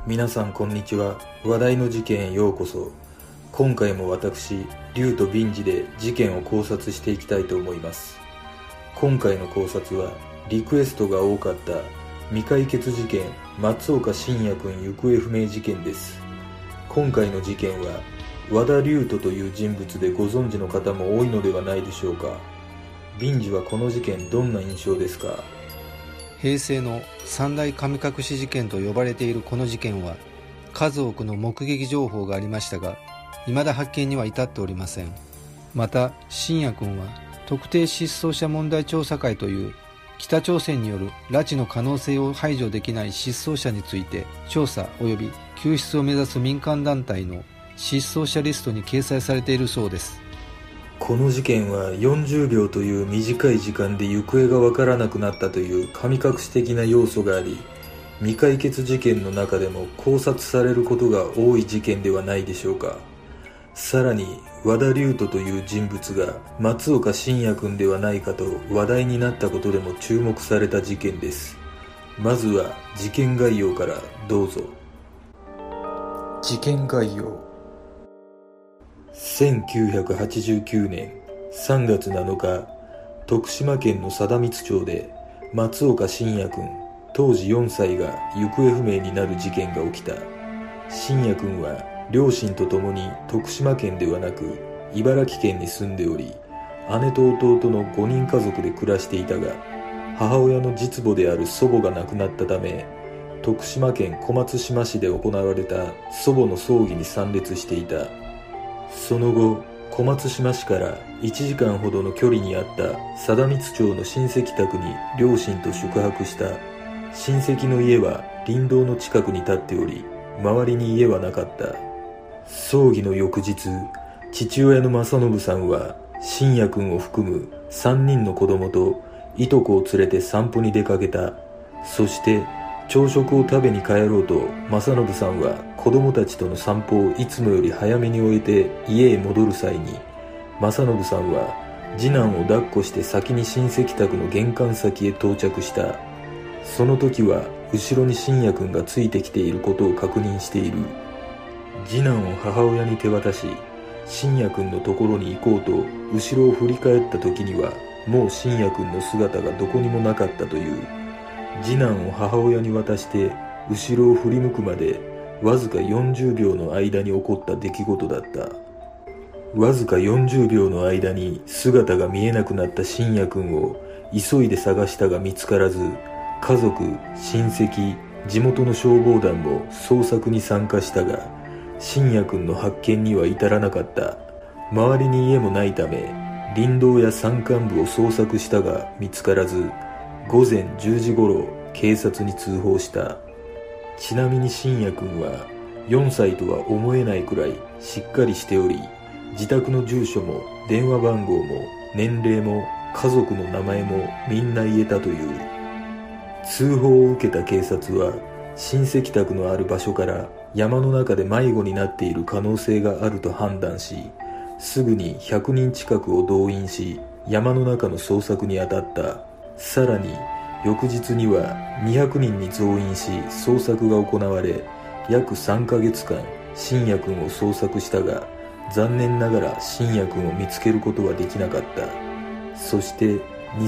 皆さんこんにちは。話題の事件へようこそ。今回も私、龍とビンジで事件を考察していきたいと思います。今回の考察はリクエストが多かった未解決事件松岡伸也くん行方不明事件です。今回の事件は和田龍斗という人物でご存知の方も多いのではないでしょうか。ビンジはこの事件どんな印象ですか？ 平成の三大神隠し事件と呼ばれているこの事件は数多くの目撃情報がありましたが未だ発見には至っておりません。また伸也君は特定失踪者問題調査会という北朝鮮による拉致の可能性を排除できない失踪者について調査及び救出を目指す民間団体の失踪者リストに掲載されているそうです。 この事件は40秒という短い時間で行方がわからなくなったという神隠し的な要素があり、未解決事件の中でも考察されることが多い事件ではないでしょうか。さらに和田龍斗という人物が松岡伸也君ではないかと話題になったことでも注目された事件です。まずは事件概要からどうぞ。事件概要。1989年3月7日、徳島県の佐田光町で松岡伸也君当時4歳が行方不明になる事件が起きた。伸也君は両親と共に徳島県ではなく茨城県に住んでおり、姉と弟の5人家族で暮らしていたが、母親の実母である祖母が亡くなったため、徳島県小松島市で行われた祖母の葬儀に参列していた。その後、小松島市から1時間ほどの距離にあった佐田光町の親戚宅に両親と宿泊した。親戚の家は林道の近くに建っており、周りに家はなかった。葬儀の翌日、父親の正信さんは伸也君を含む3人の子供といとこを連れて散歩に出かけた。そして朝食を食べに帰ろうと正信さんは子供たちとの散歩をいつもより早めに終えて家へ戻る際に、正信さんは次男を抱っこして先に親戚宅の玄関先へ到着した。その時は後ろに伸也君がついてきていることを確認している。次男を母親に手渡し、伸也君のところに行こうと後ろを振り返った時にはもう伸也君の姿がどこにもなかったという。次男を母親に渡して後ろを振り向くまでわずか40秒の間に起こった出来事だった。わずか40秒の間に姿が見えなくなった伸也君を急いで探したが見つからず、家族、親戚、地元の消防団も捜索に参加したが、伸也君の発見には至らなかった。周りに家もないため林道や山間部を捜索したが見つからず、午前10時頃警察に通報した。ちなみに伸也君は4歳とは思えないくらいしっかりしており、自宅の住所も電話番号も年齢も家族の名前もみんな言えたという。通報を受けた警察は親戚宅のある場所から山の中で迷子になっている可能性があると判断し、すぐに100人近くを動員し山の中の捜索に当たった。さらに翌日には200人に増員し捜索が行われ、約3ヶ月間伸也君を捜索したが、残念ながら伸也君を見つけることはできなかった。そして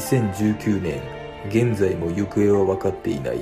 2019年、現在も行方は分かっていない。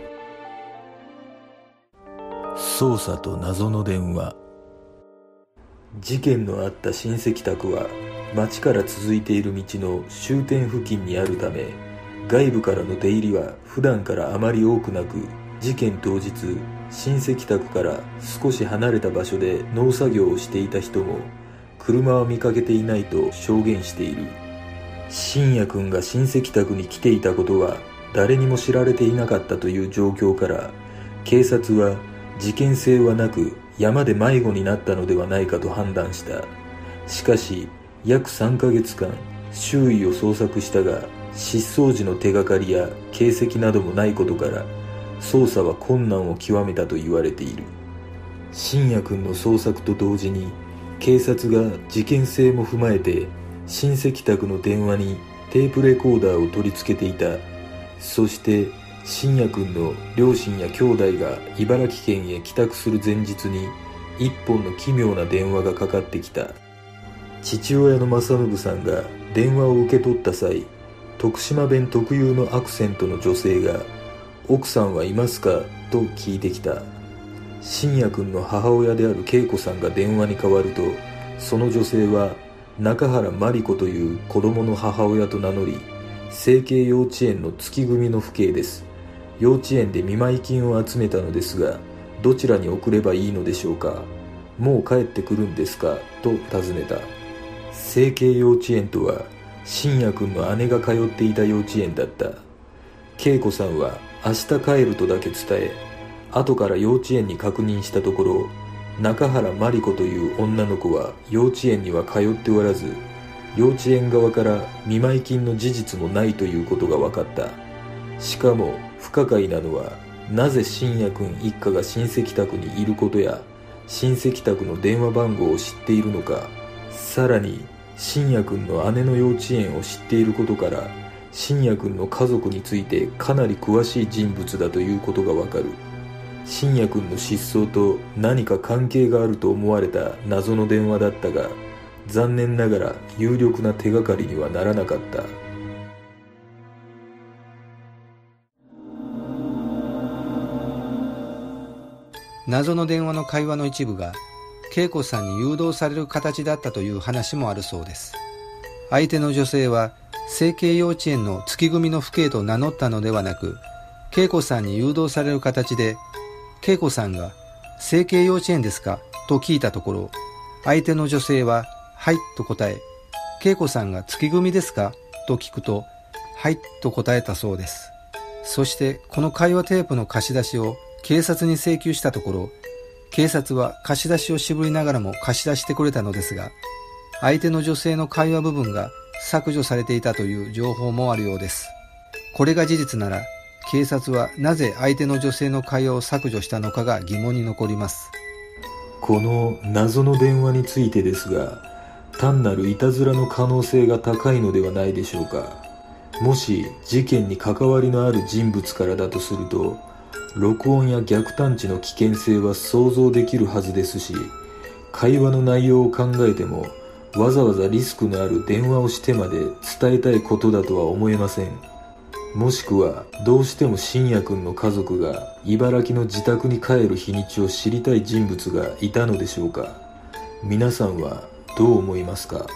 捜査と謎の電話。事件のあった親戚宅は町から続いている道の終点付近にあるため、外部からの出入りは普段からあまり多くなく、事件当日親戚宅から少し離れた場所で農作業をしていた人も車は見かけていないと証言している。伸也君が親戚宅に来ていたことは誰にも知られていなかったという状況から、警察は事件性はなく山で迷子になったのではないかと判断した。しかし約3ヶ月間周囲を捜索したが、失踪時の手がかりや形跡などもないことから捜査は困難を極めたと言われている。伸也君の捜索と同時に警察が事件性も踏まえて親戚宅の電話にテープレコーダーを取り付けていた。そして信也君の両親や兄弟が茨城県へ帰宅する前日に一本の奇妙な電話がかかってきた。父親の正信さんが電話を受け取った際、徳島弁特有のアクセントの女性が奥さんはいますかと聞いてきた。信也君の母親である恵子さんが電話に代わると、その女性は中原真理子という子供の母親と名乗り、成蹊幼稚園の月組の父兄です。幼稚園で見舞い金を集めたのですが、どちらに送ればいいのでしょうか。もう帰ってくるんですかと尋ねた。成蹊幼稚園とは信也君の姉が通っていた幼稚園だった。恵子さんは明日帰るとだけ伝え、後から幼稚園に確認したところ、中原真理子という女の子は幼稚園には通っておらず、幼稚園側から見舞い金の事実もないということが分かった。しかも不可解なのは、なぜ信也君一家が親戚宅にいることや親戚宅の電話番号を知っているのか、さらに信也君の姉の幼稚園を知っていることから、信也君の家族についてかなり詳しい人物だということがわかる。信也君の失踪と何か関係があると思われた謎の電話だったが、残念ながら有力な手がかりにはならなかった。 謎の電話の会話の一部が恵子さんに誘導される形だったという話もあるそうです。相手の女性は成蹊幼稚園の月組の父兄と名乗ったのではなく、恵子さんに誘導される形で、恵子さんが成蹊幼稚園ですかと聞いたところ、相手の女性ははいと答え、恵子さんが月組ですかと聞くと、はいと答えたそうです。そしてこの会話テープの貸し出しを警察に請求したところ、警察は貸し出しを渋りながらも貸し出してくれたのですが、相手の女性の会話部分が削除されていたという情報もあるようです。これが事実なら、警察はなぜ相手の女性の会話を削除したのかが疑問に残ります。 この謎の電話についてですが、単なるいたずらの可能性が高いのではないでしょうか。もし事件に関わりのある人物からだとすると、録音や逆探知の危険性は想像できるはずですし、会話の内容を考えてもわざわざリスクのある電話をしてまで伝えたいことだとは思えません。もしくはどうしても信也君の家族が茨城の自宅に帰る日にちを知りたい人物がいたのでしょうか。皆さんはどう思いますか。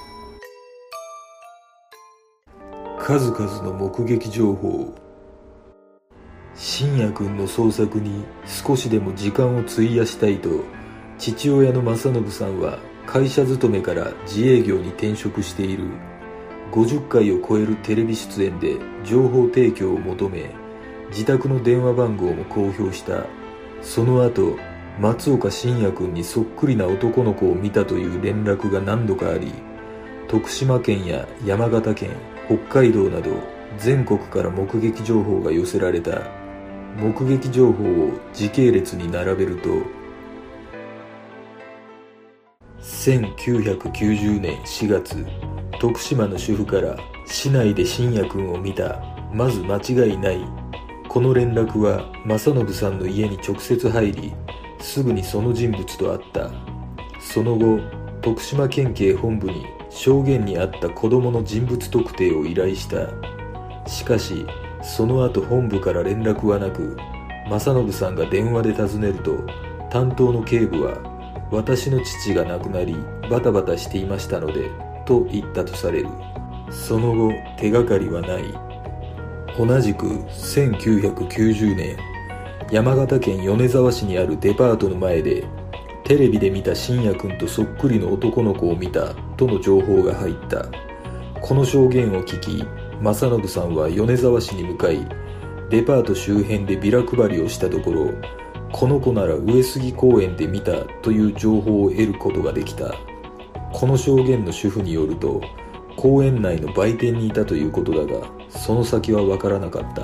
数々の目撃情報。信也君の捜索に少しでも時間を費やしたいと、父親の正信さんは会社勤めから自営業に転職している。50回を超えるテレビ出演で情報提供を求め、自宅の電話番号も公表した。その後、松岡信也君にそっくりな男の子を見たという連絡が何度かあり、徳島県や山形県、北海道など全国から目撃情報が寄せられた。目撃情報を時系列に並べると、1990年4月、徳島の主婦から市内で信也君を見た、まず間違いない。この連絡は正信さんの家に直接入り、すぐにその人物と会った。その後、徳島県警本部に証言にあった子供の人物特定を依頼した。しかしその後本部から連絡はなく、正信さんが電話で尋ねると、担当の警部は私の父が亡くなりバタバタしていましたのでと言ったとされる。その後手がかりはない。同じく1990年、山形県米沢市にあるデパートの前でテレビで見た信也君とそっくりの男の子を見たとの情報が入った。この証言を聞き、正信さんは米沢市に向かい、デパート周辺でビラ配りをしたところ、この子なら上杉公園で見たという情報を得ることができた。この証言の主婦によると、公園内の売店にいたということだが、その先は分からなかった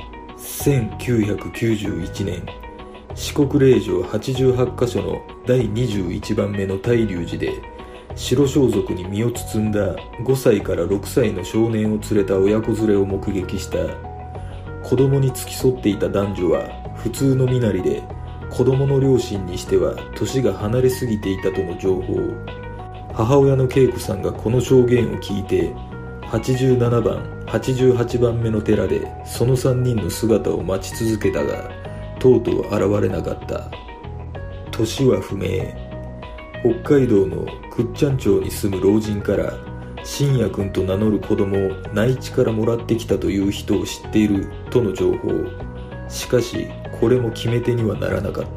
。1991年、四国霊場88カ所の第21番目の大龍寺で、白装束に身を包んだ5歳から6歳の少年を連れた親子連れを目撃した。 子供に付き添っていた男女は普通の身なりで、子供の両親にしては年が離れすぎていたとの情報。母親の恵子さんがこの証言を聞いて、87番、88番目の寺でその3人の姿を待ち続けたが、とうとう現れなかった。年は不明。北海道の倶知安町に住む老人から、信也君と名乗る子供を内地からもらってきたという人を知っているとの情報。しかしこれも決め手にはならなかった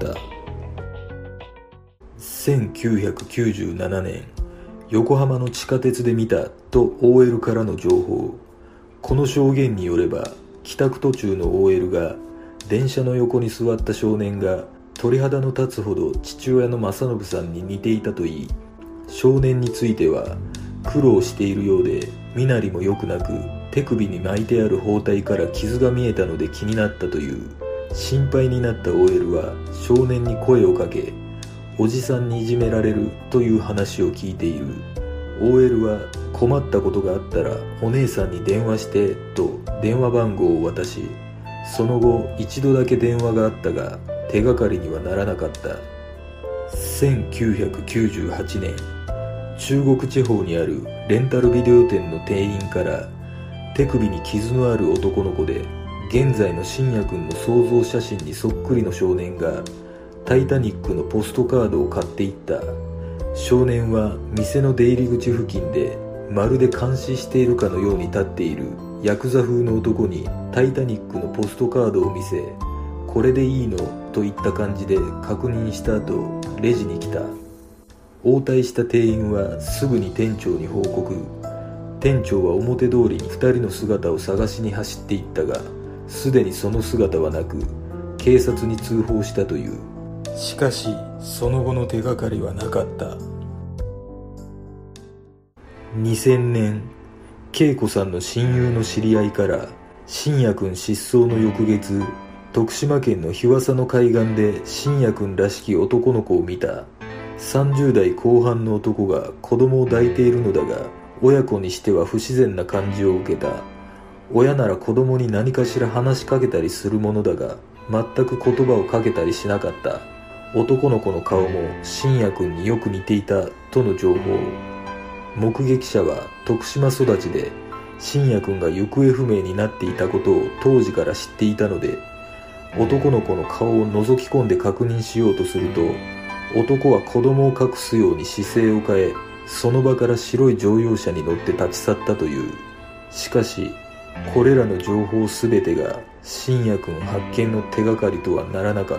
。1997年、横浜の地下鉄で見たと OL からの情報。この証言によれば、帰宅途中の OL が電車の横に座った少年が鳥肌の立つほど父親の正信さんに似ていたといい、少年については苦労しているようで、身なりも良くなく、手首に巻いてある包帯から傷が見えたので気になったという。心配になった OL は少年に声をかけ、おじさんにいじめられるという話を聞いている。 OL は困ったことがあったらお姉さんに電話してと電話番号を渡し、その後一度だけ電話があったが手がかりにはならなかった。1998年、中国地方にあるレンタルビデオ店の店員から、手首に傷のある男の子で現在の信也君の想像写真にそっくりの少年がタイタニックのポストカードを買っていった。少年は店の出入り口付近でまるで監視しているかのように立っているヤクザ風の男にタイタニックのポストカードを見せ、これでいいのといった感じで確認した後、レジに来た。応対した店員はすぐに店長に報告。店長は表通りに2人の姿を探しに走っていったが、すでにその姿はなく、警察に通報したという。しかしその後の手がかりはなかった。2000年、恵子さんの親友の知り合いから、信也君失踪の翌月、徳島県の日和佐の海岸で信也君らしき男の子を見た。30代後半の男が子供を抱いているのだが、親子にしては不自然な感じを受けた。親なら子供に何かしら話しかけたりするものだが、全く言葉をかけたりしなかった。男の子の顔も信也君によく似ていたとの情報。目撃者は徳島育ちで、信也君が行方不明になっていたことを当時から知っていたので、男の子の顔を覗き込んで確認しようとすると、男は子供を隠すように姿勢を変え、その場から白い乗用車に乗って立ち去ったという。しかしこれらの情報すべてが信也君発見の手がかりとはならなかった。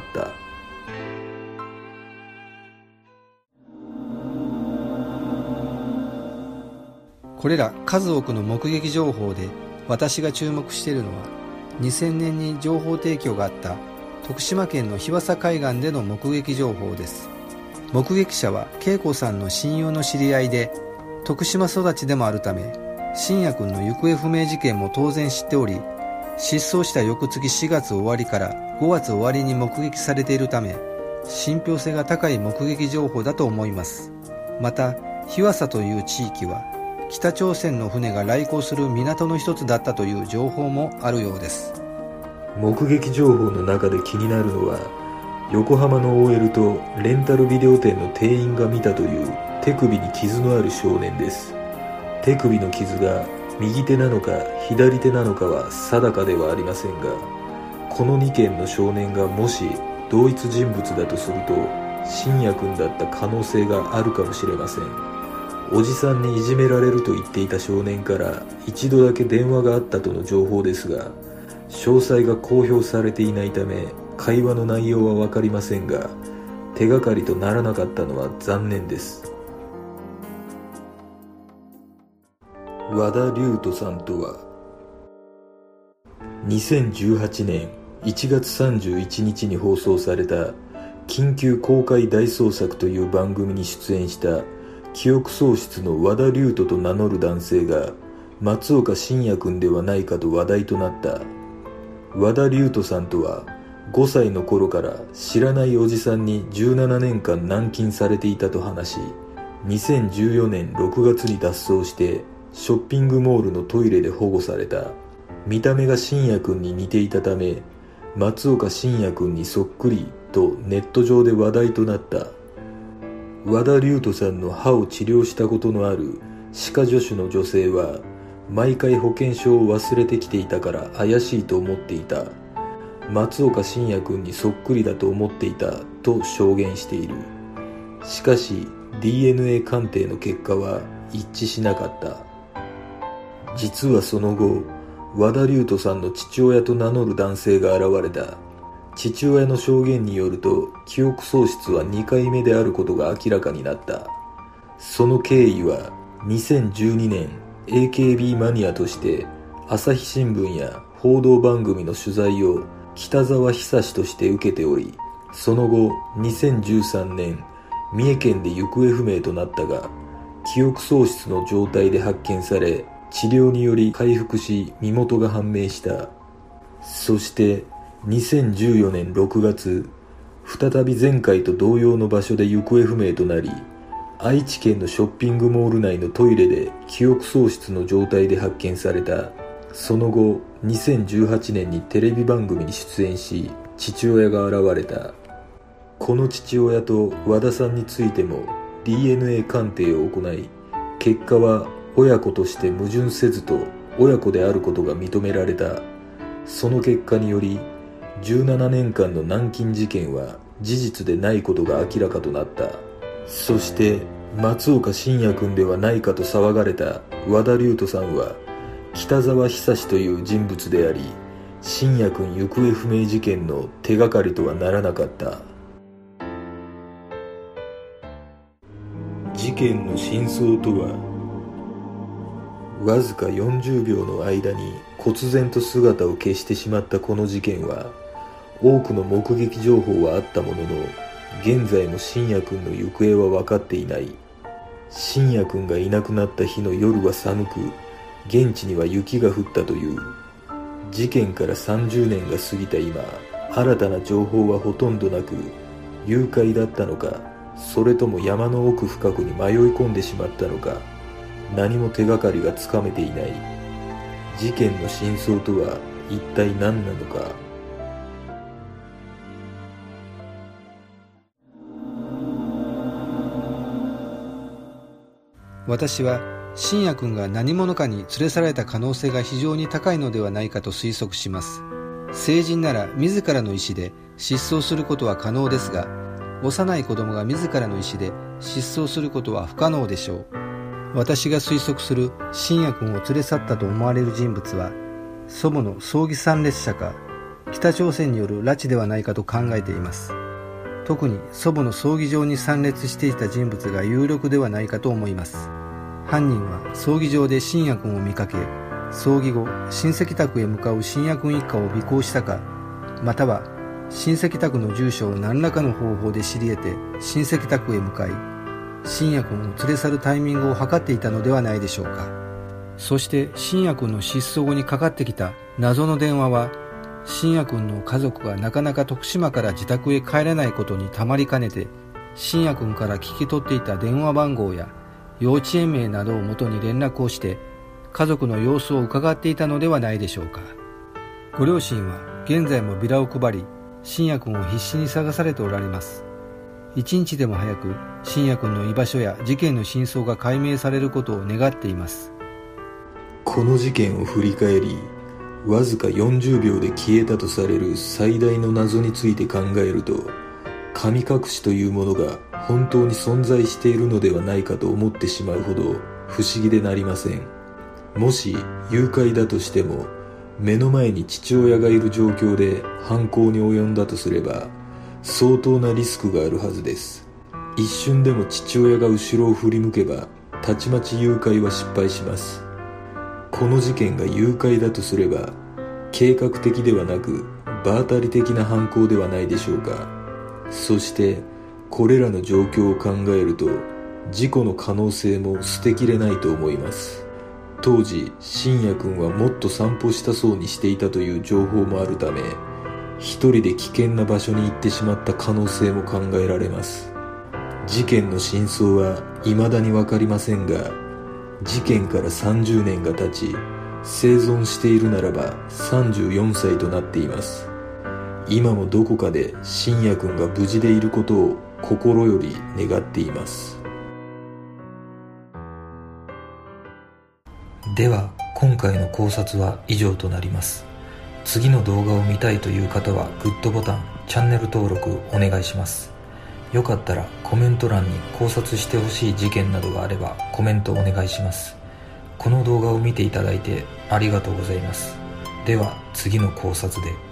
これら数多くの目撃情報で私が注目しているのは、2000年に情報提供があった徳島県の日和佐海岸での目撃情報です。目撃者は恵子さんの親友の知り合いで、徳島育ちでもあるため、信也君の行方不明事件も当然知っており、失踪した翌月4月終わりから5月終わりに目撃されているため、信憑性が高い目撃情報だと思います。また日和佐という地域は北朝鮮の船が来航する港の一つだったという情報もあるようです。 目撃情報の中で気になるのは、横浜の OL とレンタルビデオ店の店員が見たという手首に傷のある少年です。手首の傷が右手なのか左手なのかは定かではありませんが、この2件の少年がもし同一人物だとすると、信也君だった可能性があるかもしれません。おじさんにいじめられると言っていた少年から一度だけ電話があったとの情報ですが、詳細が公表されていないため会話の内容は分かりませんが、手がかりとならなかったのは残念です。和田龍斗さんとは、2018年1月31日に放送された緊急公開大捜索という番組に出演した記憶喪失の和田龍斗と名乗る男性が松岡信也君ではないかと話題となった。和田龍斗さんとは5歳の頃から知らないおじさんに17年間軟禁されていたと話し、2014年6月に脱走してショッピングモールのトイレで保護された。 見た目が信也君に似ていたため、松岡信也君にそっくりとネット上で話題となった。和田龍斗さんの歯を治療したことのある歯科助手の女性は、毎回保険証を忘れてきていたから怪しいと思っていた。松岡信也君にそっくりだと思っていたと証言している。しかし DNA 鑑定の結果は一致しなかった。実はその後、和田龍斗さんの父親と名乗る男性が現れた。父親の証言によると、記憶喪失は2回目であることが明らかになった。その経緯は、2012年 AKB マニアとして朝日新聞や報道番組の取材を北沢久として受けており、その後2013年三重県で行方不明となったが、記憶喪失の状態で発見され、治療により回復し身元が判明した。そして2014年6月、再び前回と同様の場所で行方不明となり、愛知県のショッピングモール内のトイレで記憶喪失の状態で発見された。その後、2018年にテレビ番組に出演し、父親が現れた。この父親と和田さんについても DNA 鑑定を行い、結果は親子として矛盾せずと親子であることが認められた。その結果により、17年間の軟禁事件は事実でないことが明らかとなった。そして松岡信也君ではないかと騒がれた和田龍斗さんは北沢久という人物であり、信也君行方不明事件の手がかりとはならなかった。事件の真相とは、わずか40秒の間に忽然と姿を消してしまったこの事件は、多くの目撃情報はあったものの、現在も信也君の行方は分かっていない。信也君がいなくなった日の夜は寒く、現地には雪が降ったという。事件から30年が過ぎた今、新たな情報はほとんどなく、誘拐だったのか、それとも山の奥深くに迷い込んでしまったのか、何も手がかりがつかめていない。事件の真相とは一体何なのか。 私は信也君が何者かに連れ去られた可能性が非常に高いのではないかと推測します。成人なら自らの意思で失踪することは可能ですが、幼い子供が自らの意思で失踪することは不可能でしょう。私が推測する信也君を連れ去ったと思われる人物は、祖母の葬儀参列者か北朝鮮による拉致ではないかと考えています。特に祖母の葬儀場に参列していた人物が有力ではないかと思います。犯人は葬儀場で信也君を見かけ、葬儀後親戚宅へ向かう信也君一家を尾行したか、または親戚宅の住所を何らかの方法で知り得て親戚宅へ向かい、信也君を連れ去るタイミングを図っていたのではないでしょうか。そして信也君の失踪後にかかってきた謎の電話は、信也君の家族がなかなか徳島から自宅へ帰れないことにたまりかねて、信也君から聞き取っていた電話番号や幼稚園名などをもとに連絡をして家族の様子を伺っていたのではないでしょうか。ご両親は現在もビラを配り、信也君を必死に探されておられます。一日でも早く信也君の居場所や事件の真相が解明されることを願っています。 この事件を振り返り、わずか40秒で消えたとされる最大の謎について考えると、神隠しというものが本当に存在しているのではないかと思ってしまうほど不思議でなりません。もし誘拐だとしても、目の前に父親がいる状況で犯行に及んだとすれば、相当なリスクがあるはずです。一瞬でも父親が後ろを振り向けば、たちまち誘拐は失敗します。この事件が誘拐だとすれば、計画的ではなく場当たり的な犯行ではないでしょうか。そしてこれらの状況を考えると、事故の可能性も捨てきれないと思います。当時信也君はもっと散歩したそうにしていたという情報もあるため、一人で危険な場所に行ってしまった可能性も考えられます。事件の真相は未だに分かりませんが、事件から30年が経ち、 生存しているならば34歳となっています。今もどこかで信也くんが無事でいることを心より願っています。では今回の考察は以上となります。次の動画を見たいという方はグッドボタン、チャンネル登録お願いします。よかったらコメント欄に考察してほしい事件などがあればコメントお願いします。この動画を見ていただいてありがとうございます。では次の考察で。